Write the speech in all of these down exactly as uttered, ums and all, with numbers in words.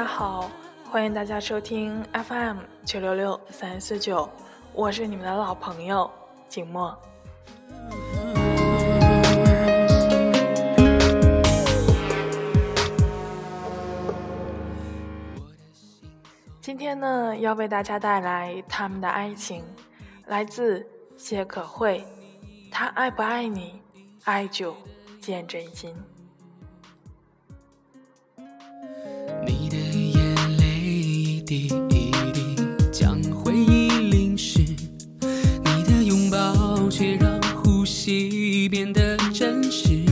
家好，欢迎大家收听 F M 九六六三四九，我是你们的老朋友景墨。今天呢，要为大家带来他们的爱情，来自谢可慧。他爱不爱你，爱久见真心。 你的眼泪一滴一滴将回忆淋湿，你的拥抱却让呼吸变得真实。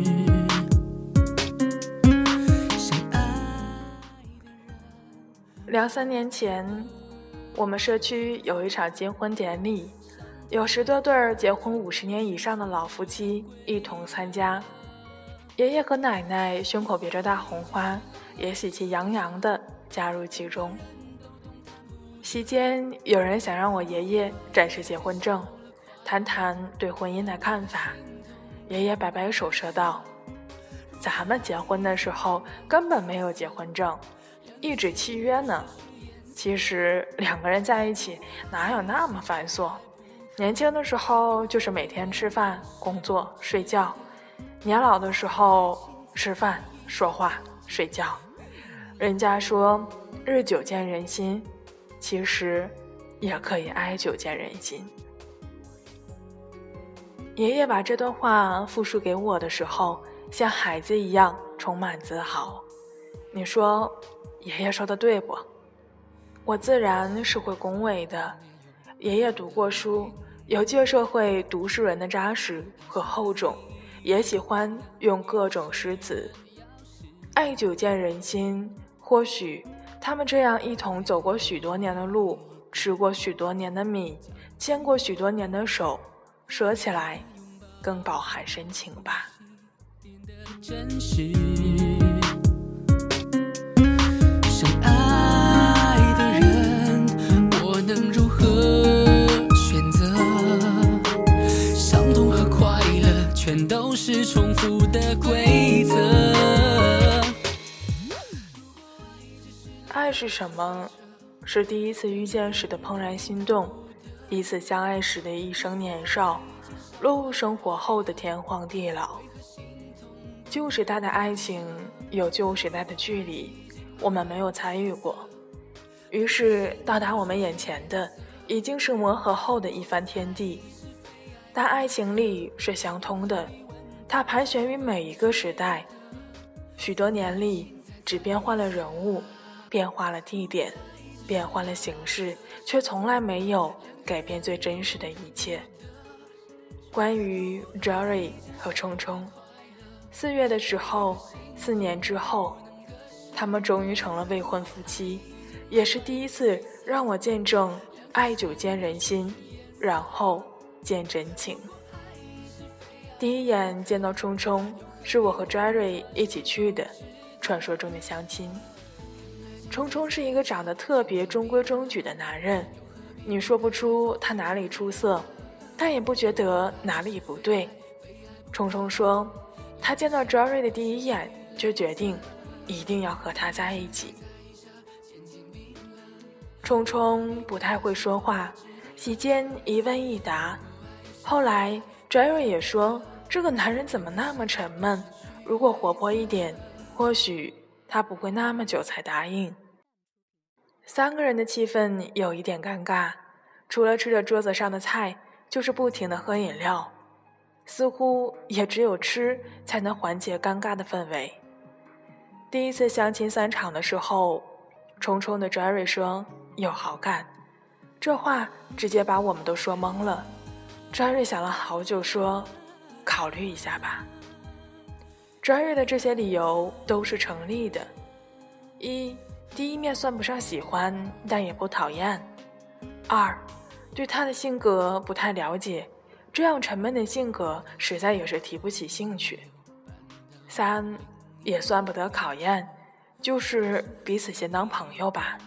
两三年前，我们社区有一场结婚典礼，有十多对结婚五十年以上的老夫妻一同参加。爷爷和奶奶胸口别着大红花，也喜气洋洋地加入其中。席间有人想让我爷爷展示结婚证，谈谈对婚姻的看法。爷爷摆摆手说道：咱们结婚的时候根本没有结婚证，一纸契约呢。其实两个人在一起哪有那么繁琐，年轻的时候就是每天吃饭工作睡觉，年老的时候吃饭说话睡觉。人家说日久见人心，其实也可以哀久见人心。爷爷把这段话复述给我的时候，像孩子一样充满自豪。你说爷爷说的对不？我自然是会恭维的。爷爷读过书，有旧社会读书人的扎实和厚重，也喜欢用各种诗词。爱久见人心，或许他们这样一同走过许多年的路，吃过许多年的米，牵过许多年的手，说起来更饱含深情吧。 真实深爱的人，我能如何选择？伤痛和快乐全都是重复的规则。 爱是什么？是第一次遇见时的怦然心动，彼此相爱时的一生年少，落入生活后的天荒地老。旧时代的爱情有旧时代的距离，我们没有参与过，于是到达我们眼前的已经是磨合后的一番天地。但爱情力是相通的，它盘旋于每一个时代，许多年里只变换了人物，变化了地点，变换了形式，却从来没有改变最真实的一切。关于 Jerry 和冲冲，四月的时候，四年之后，他们终于成了未婚夫妻，也是第一次让我见证爱久见人心，然后见真情。第一眼见到冲冲，是我和 Jerry 一起去的，传说中的相亲。冲冲是一个长得特别中规中矩的男人，你说不出他哪里出色，但也不觉得哪里不对。冲冲说他见到 Jerry 的第一眼就决定一定要和他在一起。冲冲不太会说话，席间一问一答。后来 Jerry 也说这个男人怎么那么沉闷，如果活泼一点，或许他不会那么久才答应。三个人的气氛有一点尴尬，除了吃着桌子上的菜，就是不停地喝饮料，似乎也只有吃才能缓解尴尬的氛围。第一次相亲散场的时候，冲冲的 Jerry 说有好感，这话直接把我们都说懵了。 Jerry 想了好久说考虑一下吧。 Jerry 的这些理由都是成立的。一，第一面算不上喜欢，但也不讨厌。二，对他的性格不太了解，这样沉闷的性格实在也是提不起兴趣。三，也算不得讨厌，就是彼此先当朋友吧。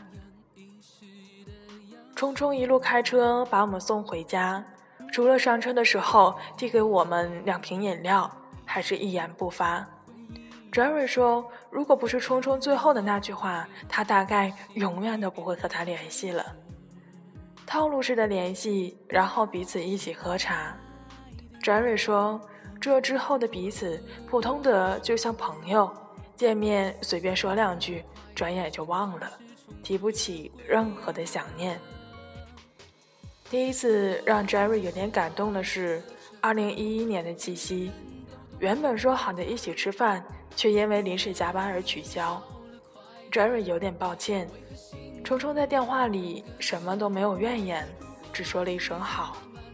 冲冲一路开车把我们送回家，除了上车的时候递给我们两瓶饮料，还是一言不发。 Jerry 说，如果不是冲冲最后的那句话，他大概永远都不会和他联系了。套路式的联系，然后彼此一起喝茶。Jerry 说，这之后的彼此普通的就像朋友，见面随便说两句，转眼就忘了，提不起任何的想念。第一次让 Jerry 有点感动的是二零一一年的七夕，原本说好的一起吃饭，却因为临时加班而取消。Jerry 有点抱歉，冲冲在电话里什么都没有怨言，只说了一声好。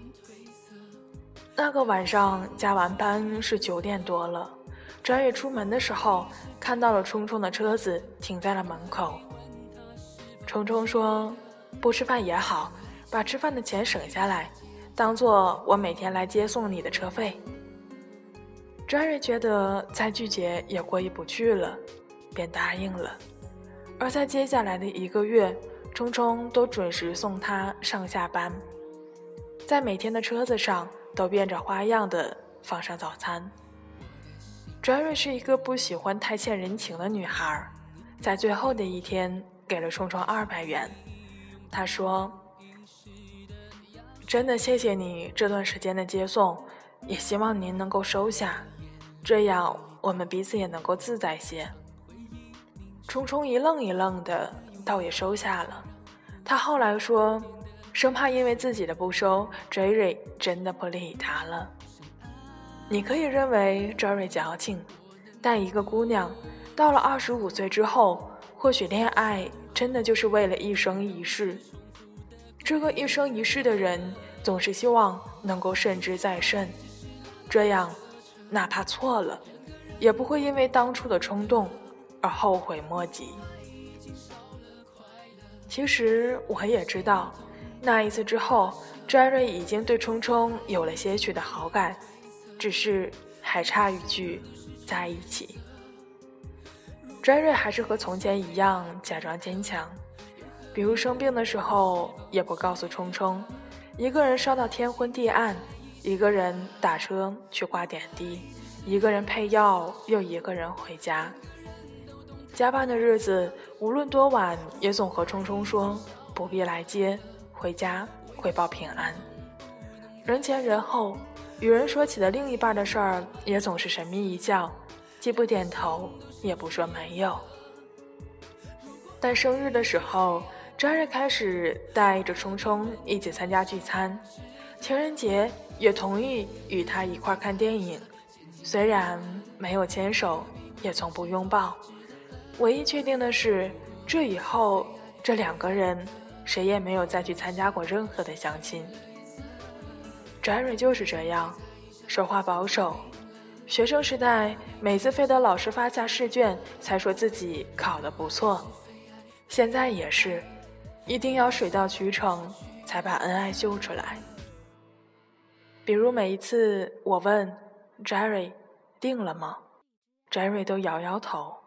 那个晚上加完班是九点多了， Jerry 出门的时候看到了冲冲的车子停在了门口。冲冲说，不吃饭也好，把吃饭的钱省下来，当做我每天来接送你的车费。Jerry 觉得再拒绝也过意不去了，便答应了。而在接下来的一个月，冲冲都准时送他上下班，在每天的车子上都变着花样的放上早餐。Jerry 是一个不喜欢太欠人情的女孩，在最后的一天给了冲冲二百元。她说，真的谢谢你这段时间的接送，也希望您能够收下，这样我们彼此也能够自在些。冲冲一愣一愣的，倒也收下了。他后来说，生怕因为自己的不收 Jerry 真的不理他了。你可以认为 Jerry 矫情，但一个姑娘到了二十五岁之后，或许恋爱真的就是为了一生一世。这个一生一世的人总是希望能够慎之再慎，这样哪怕错了也不会因为当初的冲动而后悔莫及。其实我也知道，那一次之后 Jerry 已经对冲冲有了些许的好感，只是还差一句在一起。 Jerry 还是和从前一样假装坚强，比如生病的时候也不告诉冲冲，一个人烧到天昏地暗，一个人打车去挂点滴，一个人配药，又一个人回家。加班的日子无论多晚，也总和冲冲说不必来接，回家汇报平安。人前人后，与人说起的另一半的事儿也总是神秘一笑，既不点头也不说没有。但生日的时候，Jerry 开始带着冲冲一起参加聚餐，情人节也同意与他一块看电影，虽然没有牵手，也从不拥抱。唯一确定的是，这以后这两个人谁也没有再去参加过任何的相亲。Jerry 就是这样，说话保守。学生时代每次非得老师发下试卷才说自己考得不错，现在也是一定要水到渠成才把恩爱秀出来。比如每一次我问 Jerry 定了吗， Jerry 都摇摇头。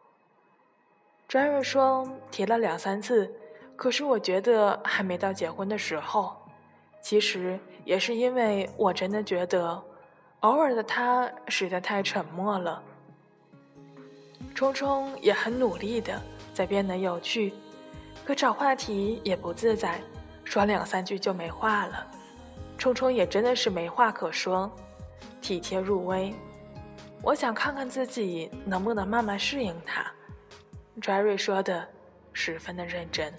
Jerry 说提了两三次，可是我觉得还没到结婚的时候。其实也是因为我真的觉得偶尔的他实在太沉默了。冲冲也很努力的在变得有趣，可找话题也不自在，说两三句就没话了。冲冲也真的是没话可说，体贴入微。我想看看自己能不能慢慢适应他。Jerry 说的十分的认真。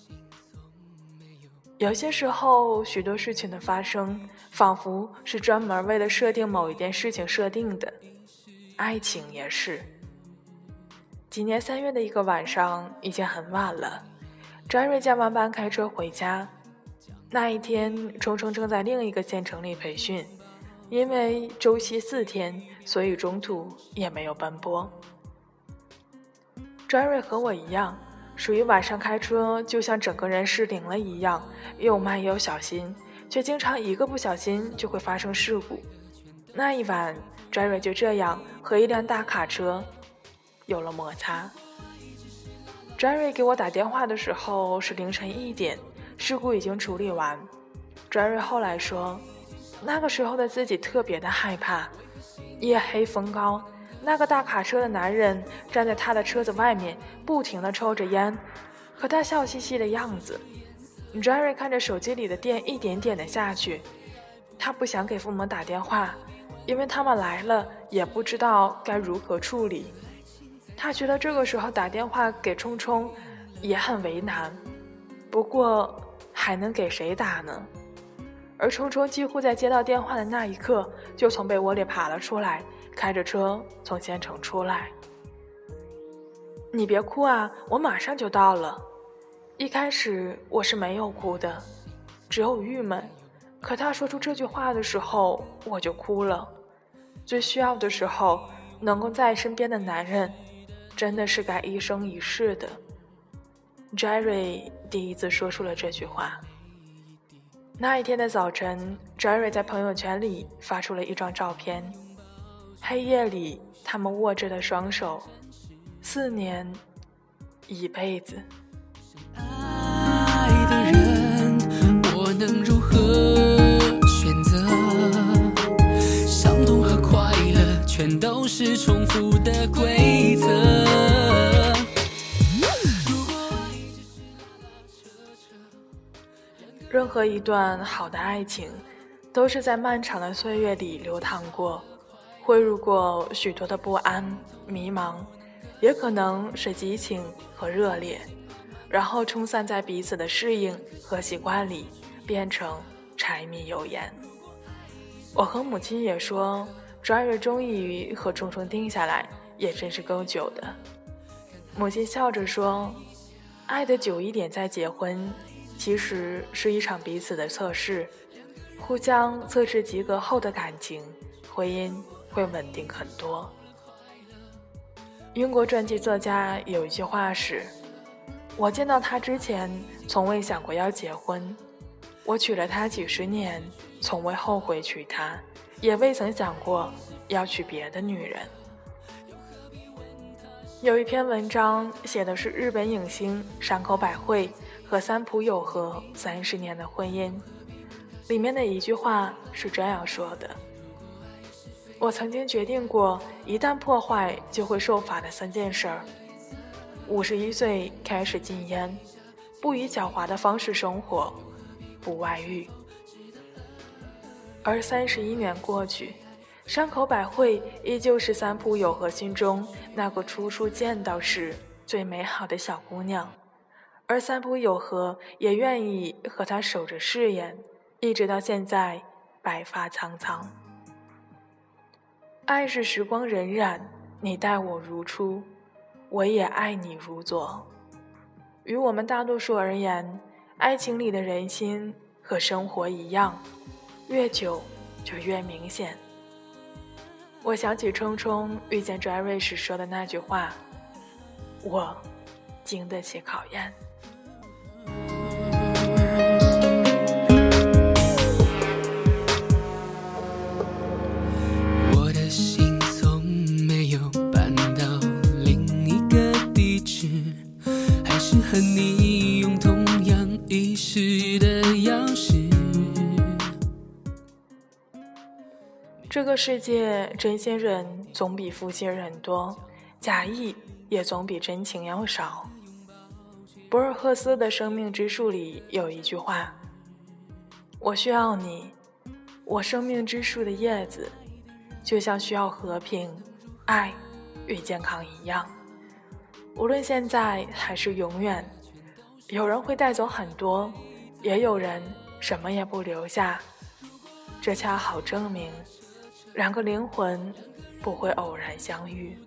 有些时候，许多事情的发生仿佛是专门为了设定某一件事情设定的，爱情也是。今年三月的一个晚上，已经很晚了， Jerry 加完班开车回家。那一天冲冲正在另一个县城里培训，因为周期四天，所以中途也没有奔波。Jerry 和我一样，属于晚上开车就像整个人失灵了一样，又慢又小心，却经常一个不小心就会发生事故。那一晚 Jerry 就这样和一辆大卡车有了摩擦。 Jerry 给我打电话的时候是凌晨一点，事故已经处理完。 Jerry 后来说，那个时候的自己特别的害怕，夜黑风高， 那个大卡车的男人站在他的车子外面，不停地抽着烟，可他笑嘻嘻的样子。Jerry 看着手机里的电一点点的下去，他不想给父母打电话，因为他们来了也不知道该如何处理。他觉得这个时候打电话给冲冲也很为难，不过还能给谁打呢？而冲冲几乎在接到电话的那一刻就从被窝里爬了出来，开着车从县城出来。你别哭啊，我马上就到了。一开始我是没有哭的，只有郁闷，可他说出这句话的时候我就哭了。最需要的时候能够在身边的男人真的是该一生一世的。 Jerry 第一次说出了这句话。那一天的早晨， Jerry 在朋友圈里发出了一张照片，黑夜里他们握着的双手，四年一辈子。 爱的人，我能如何选择？伤痛和快乐全都是重复的规则。 任何一段好的爱情都是在漫长的岁月里流淌过，汇入过许多的不安、迷茫，也可能是激情和热烈，然后冲散在彼此的适应和习惯里，变成柴米油盐。我和母亲也说， Jerry 终于和冲冲定下来也真是够久的。母亲笑着说，爱得久一点再结婚，其实是一场彼此的测试，互相测试及格后的感情，婚姻会稳定很多。英国传记作家有一句话是，我见到他之前从未想过要结婚，我娶了她几十年，从未后悔娶她，也未曾想过要娶别的女人。有一篇文章写的是日本影星山口百惠和三浦友和三十年的婚姻，里面的一句话是这样说的，我曾经决定过，一旦破坏就会受罚的三件事儿。五十一岁开始禁烟，不以狡猾的方式生活，不外遇。而三十一年过去，山口百惠依旧是三浦友和心中那个初初见到时最美好的小姑娘，而三浦友和也愿意和她守着誓言，一直到现在白发苍苍。爱是时光荏苒，你待我如初，我也爱你如昨。于我们大多数而言，爱情里的人心和生活一样，越久就越明显。我想起冲冲遇见 Jerry 时说的那句话，我经得起考验。 我的心从没有搬到另一个地址，还是和你用同样遗失的钥匙。 这个世界真心人总比负心人多，假意也总比真情要少。博尔赫斯的生命之树里有一句话，我需要你，我生命之树的叶子就像需要和平、爱与健康一样，无论现在还是永远。有人会带走很多，也有人什么也不留下，这恰好证明两个灵魂不会偶然相遇。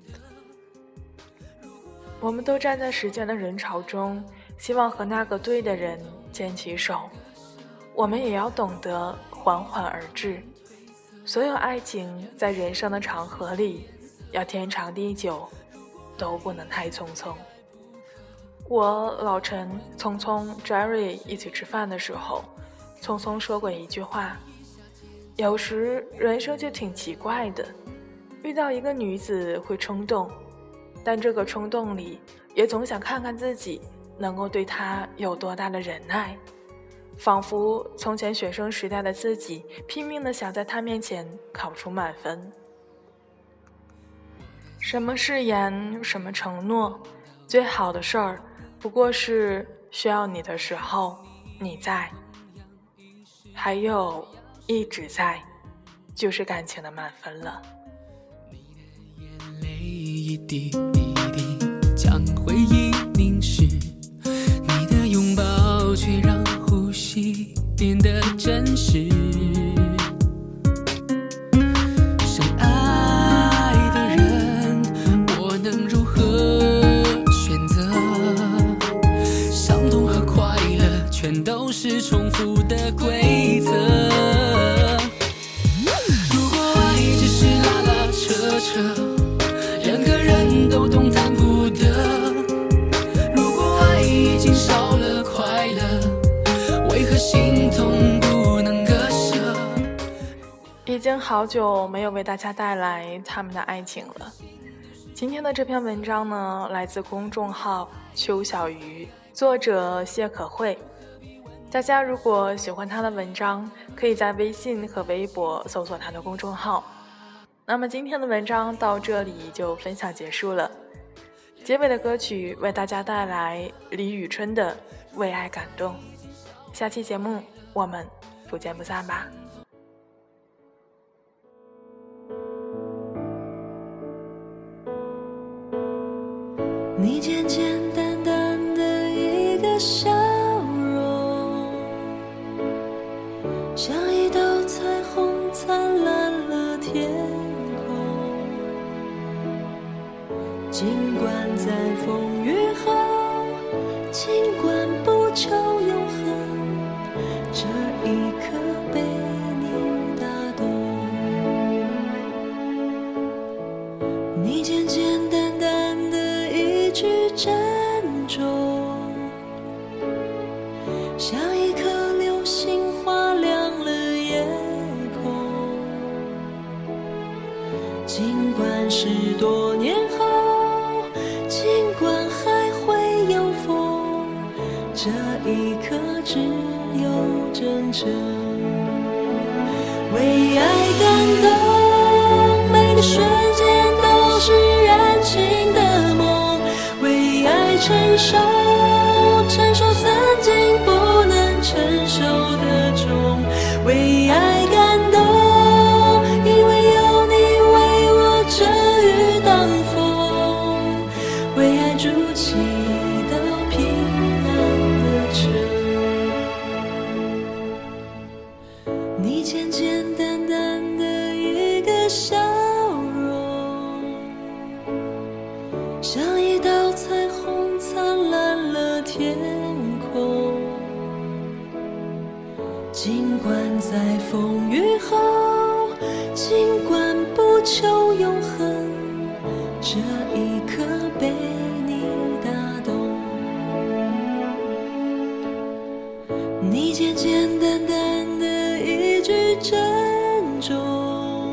我们都站在时间的人潮中，希望和那个对的人牵起手。我们也要懂得缓缓而至，所有爱情在人生的长河里，要天长地久，都不能太匆匆。我老陈、聪聪、Jerry 一起吃饭的时候，聪聪说过一句话，有时人生就挺奇怪的，遇到一个女子会冲动，但这个冲动里也总想看看自己能够对她有多大的忍耐，仿佛从前学生时代的自己拼命地想在她面前考出满分。 什么誓言，什么承诺，最好的事儿不过是需要你的时候你在，还有一直在，就是感情的满分了。 你的眼泪一滴一滴将回忆凝视，你的拥抱却让呼吸变得真实。深爱的人，我能如何选择？伤痛和快乐全都是重复的规则。如果爱只是拉拉扯扯，两个人都动弹不得。如果爱已经少了快乐，为何心痛不能割舍？ 已经好久没有为大家带来他们的爱情了。今天的这篇文章呢，来自公众号邱小鱼，作者谢可慧。大家如果喜欢他的文章，可以在微信和微博搜索他的公众号。那么今天的文章到这里就分享结束了。结尾的歌曲为大家带来李宇春的《为爱感动》。下期节目我们不见不散吧。 你简简单单的一个笑容，像一道彩虹灿烂了天空。尽管在风雨后，尽管不求永恒，这一刻被你打动。你简简单单的一句珍重，像一颗流星划亮了夜空。尽管是多年后，尽管还会有风，这一刻只有真诚。为爱感动，每个瞬间都是燃情的梦。为爱承受，承受曾经不能承受的重。为爱感动，因为有你为我遮雨挡风。为爱筑起一道平安的城。你简简单单的一个笑容，像一道彩虹灿烂了天空。尽管在风雨后，尽管不求永恒，这一刻被你打动。你简简单单的一句珍重，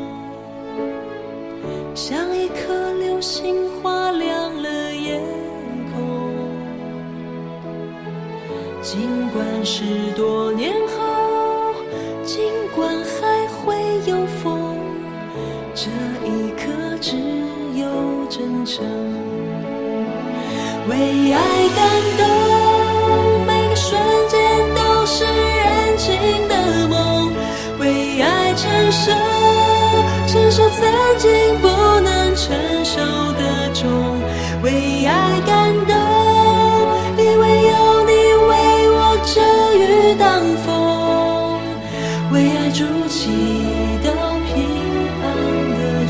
像一颗流星划亮了夜空。尽管是多年后，尽管还会有风，这一刻只有真诚。为爱感动，每个瞬间都是燃情的梦。为爱承受，承受曾经不能承受的重。为爱感动，因为有你为我遮雨挡风。为爱筑起一道平安的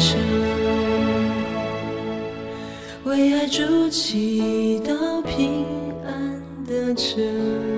城。为爱筑起一道平安的城。